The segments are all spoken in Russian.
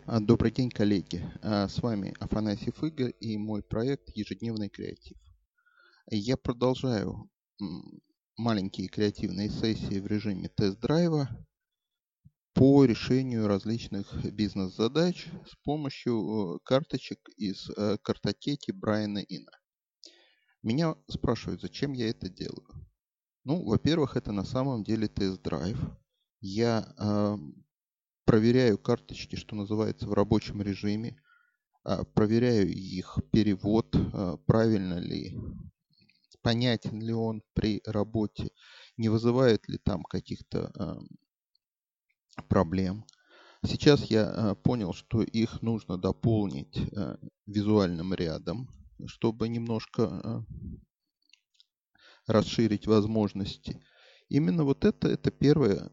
Добрый день, коллеги. С вами Афанасьев Игорь и мой проект «Ежедневный креатив». Я продолжаю маленькие креативные сессии в режиме тест-драйва по решению различных бизнес-задач с помощью карточек из картотеки Брайана Инна. Меня спрашивают, зачем я это делаю. Ну, во-первых, это на самом деле тест-драйв. Я проверяю карточки, что называется, в рабочем режиме, проверяю их перевод, правильно ли, понятен ли он при работе, не вызывает ли там каких-то проблем. Сейчас я понял, что их нужно дополнить визуальным рядом, чтобы немножко расширить возможности. Именно вот это первая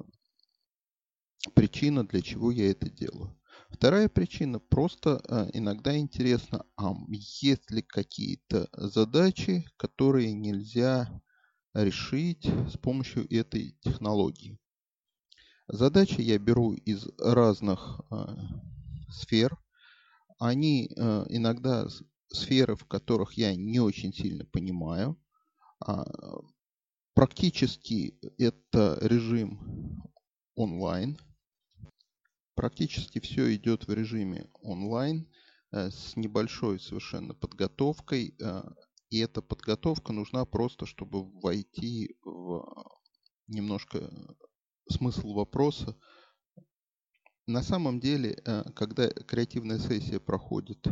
причина, для чего я это делаю. Вторая причина, просто иногда интересно, есть ли какие-то задачи, которые нельзя решить с помощью этой технологии. Задачи я беру из разных сфер. Они иногда сферы, в которых я не очень сильно понимаю. А, Практически это режим онлайн. Практически все идет в режиме онлайн с небольшой совершенно подготовкой. И эта подготовка нужна просто, чтобы войти в немножко смысл вопроса. На самом деле, когда креативная сессия проходит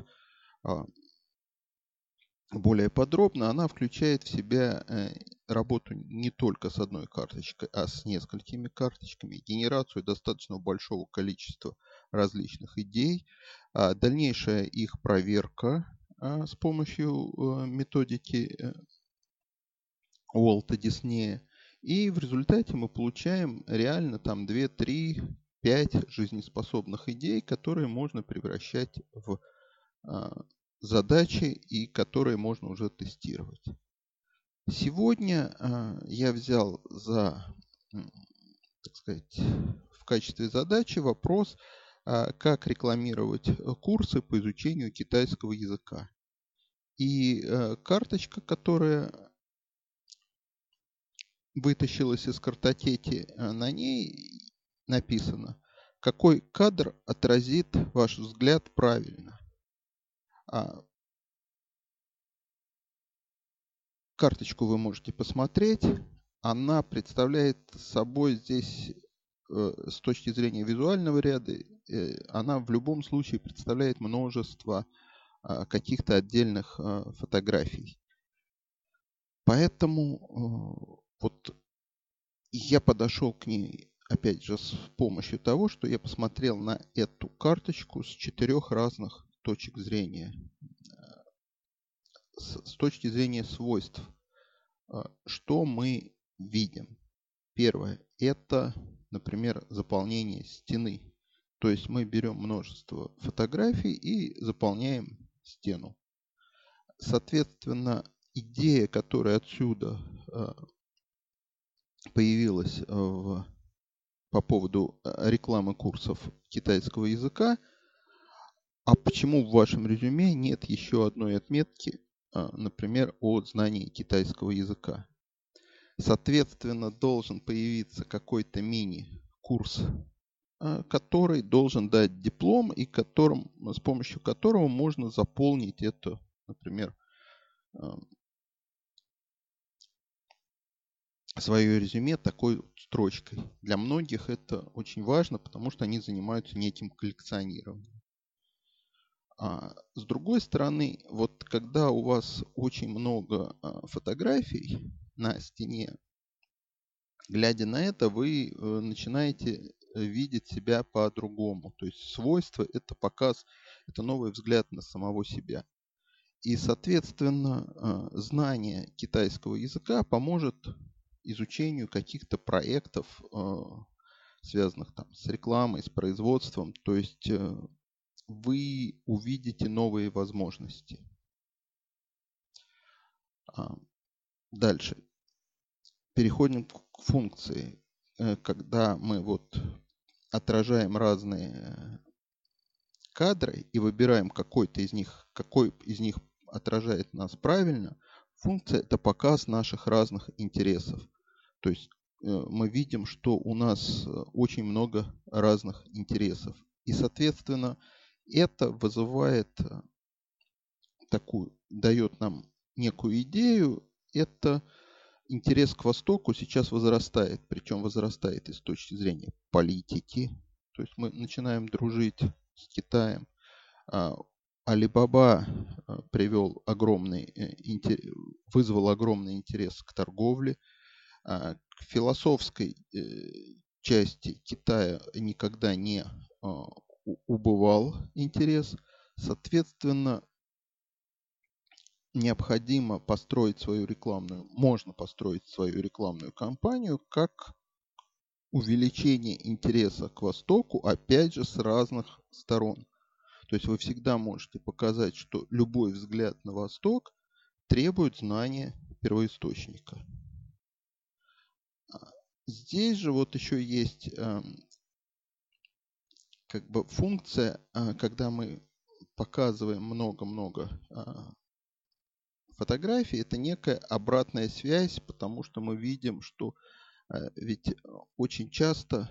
более подробно, она включает в себя работу не только с одной карточкой, а с несколькими карточками, генерацию достаточно большого количества различных идей, дальнейшая их проверка с помощью методики Уолта Диснея. И в результате мы получаем реально там 2, 3, 5 жизнеспособных идей, которые можно превращать в задачи и которые можно уже тестировать. Сегодня я взял так сказать, в качестве задачи вопрос, как рекламировать курсы по изучению китайского языка. И карточка, которая вытащилась из картотеки, на ней написано, какой кадр отразит ваш взгляд правильно. Карточку вы можете посмотреть. Она представляет собой здесь, с точки зрения визуального ряда, она в любом случае представляет множество каких-то отдельных фотографий. Поэтому вот я подошел к ней, опять же, с помощью того, что я посмотрел на эту карточку с 4 разных точек зрения. С точки зрения свойств. Что мы видим? Первое. Это, например, заполнение стены. То есть мы берем множество фотографий и заполняем стену. Соответственно, идея, которая отсюда появилась по поводу рекламы курсов китайского языка, а почему в вашем резюме нет еще одной отметки, например, о знании китайского языка? Соответственно, должен появиться какой-то мини-курс, который должен дать диплом и с помощью которого можно заполнить это, например, свое резюме такой строчкой. Для многих это очень важно, потому что они занимаются неким коллекционированием. С другой стороны, вот когда у вас очень много фотографий на стене, глядя на это, вы начинаете видеть себя по-другому. То есть свойства – это показ, это новый взгляд на самого себя. И, соответственно, знание китайского языка поможет изучению каких-то проектов, связанных там с рекламой, с производством. То есть вы увидите новые возможности. Дальше. Переходим к функции. Когда мы вот отражаем разные кадры и выбираем какой из них отражает нас правильно, функция – это показ наших разных интересов. То есть мы видим, что у нас очень много разных интересов. И, соответственно, это вызывает дает нам некую идею. Это интерес к Востоку сейчас возрастает, причем возрастает и с точки зрения политики. То есть мы начинаем дружить с Китаем. Алибаба вызвал огромный интерес к торговле. К философской части Китая никогда не убывал интерес. Соответственно, можно построить свою рекламную кампанию как увеличение интереса к Востоку, опять же, с разных сторон. То есть вы всегда можете показать, что любой взгляд на Восток требует знания первоисточника. Здесь же вот еще есть функция, когда мы показываем много-много фотографий, это некая обратная связь, потому что мы видим, что ведь очень часто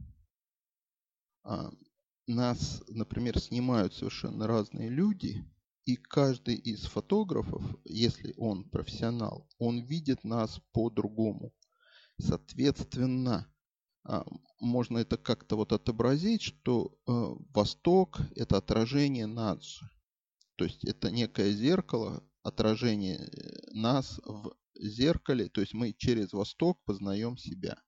нас, например, снимают совершенно разные люди, и каждый из фотографов, если он профессионал, он видит нас по-другому. Соответственно, можно это как-то отобразить, что Восток – это отражение нас же. То есть это некое зеркало, отражение нас в зеркале, то есть мы через Восток познаем себя.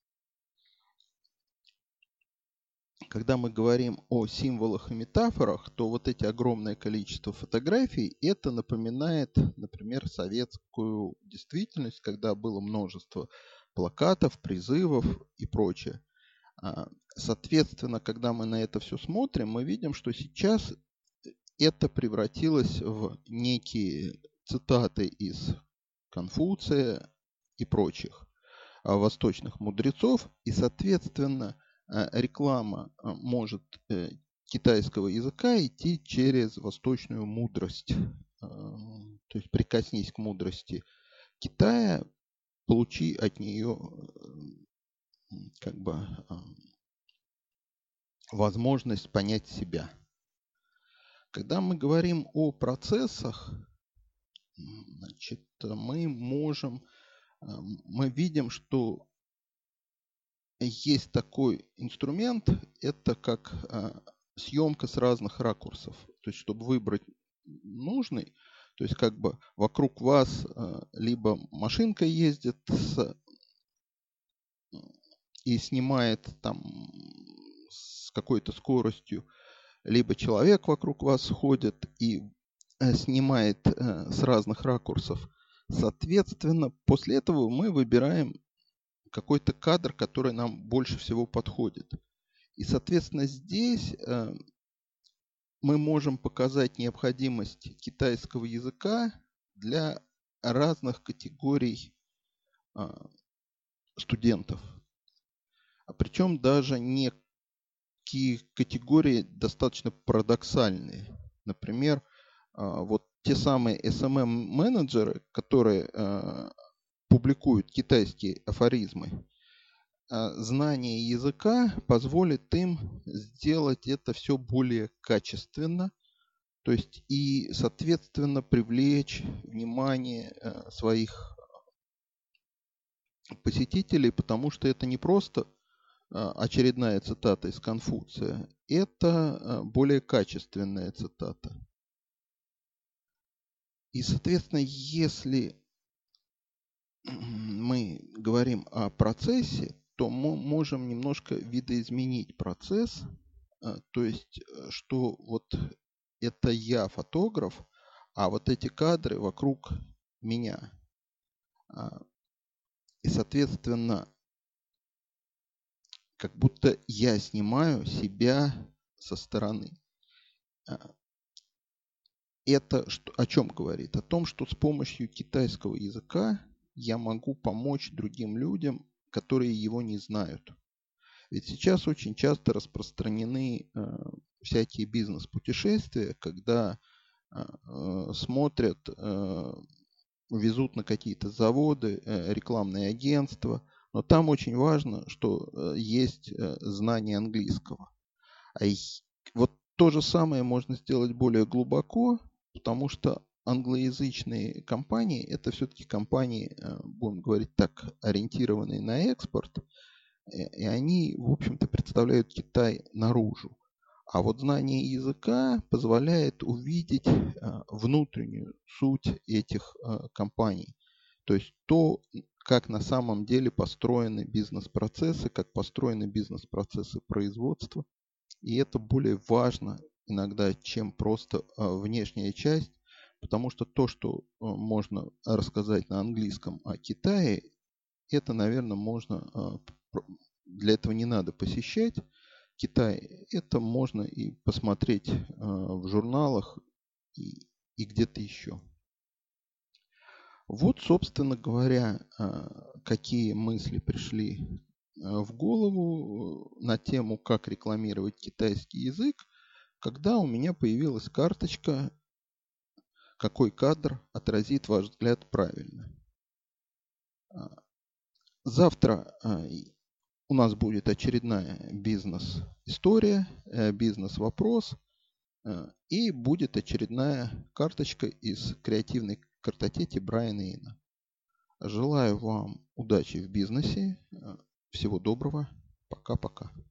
Когда мы говорим о символах и метафорах, то вот эти огромное количество фотографий, это напоминает, например, советскую действительность, когда было множество плакатов, призывов и прочее. Соответственно, когда мы на это все смотрим, мы видим, что сейчас это превратилось в некие цитаты из Конфуция и прочих восточных мудрецов, и, соответственно, реклама может китайского языка идти через восточную мудрость. То есть прикоснись к мудрости Китая, получи от нее возможность понять себя. Когда мы говорим о процессах, значит, мы видим, что есть такой инструмент, это как съемка с разных ракурсов. То есть, чтобы выбрать нужный, то есть вокруг вас либо машинка ездит и снимает там с какой-то скоростью, либо человек вокруг вас ходит и снимает с разных ракурсов. Соответственно, после этого мы выбираем какой-то кадр, который нам больше всего подходит. И, соответственно, здесь мы можем показать необходимость китайского языка для разных категорий студентов. Причем даже некие категории достаточно парадоксальные. Например, вот те самые SMM-менеджеры, которые публикуют китайские афоризмы, знание языка позволит им сделать это все более качественно, то есть и, соответственно, привлечь внимание своих посетителей, потому что это не просто очередная цитата из Конфуция, это более качественная цитата. И, соответственно, если мы говорим о процессе, то мы можем немножко видоизменить процесс, то есть, что вот это я фотограф, а вот эти кадры вокруг меня. И, соответственно, как будто я снимаю себя со стороны. Это о чем говорит? О том, что с помощью китайского языка я могу помочь другим людям, которые его не знают. Ведь сейчас очень часто распространены всякие бизнес-путешествия, когда смотрят, везут на какие-то заводы, рекламные агентства. Но там очень важно, что есть знание английского. А вот то же самое можно сделать более глубоко, потому что англоязычные компании — это все-таки компании, будем говорить так, ориентированные на экспорт, и они, в общем-то, представляют Китай наружу. А вот знание языка позволяет увидеть внутреннюю суть этих компаний. То есть то, как на самом деле построены бизнес-процессы, как построены бизнес-процессы производства. И это более важно иногда, чем просто внешняя часть, потому что то, что можно рассказать на английском о Китае, это, наверное, можно, для этого не надо посещать Китай, это можно и посмотреть в журналах и где-то еще. Вот, собственно говоря, какие мысли пришли в голову на тему, как рекламировать китайский язык, когда у меня появилась карточка, какой кадр отразит ваш взгляд правильно. Завтра у нас будет очередная бизнес-история, бизнес-вопрос, и будет очередная карточка из креативной картотеки Брайана Ина. Желаю вам удачи в бизнесе. Всего доброго. Пока-пока.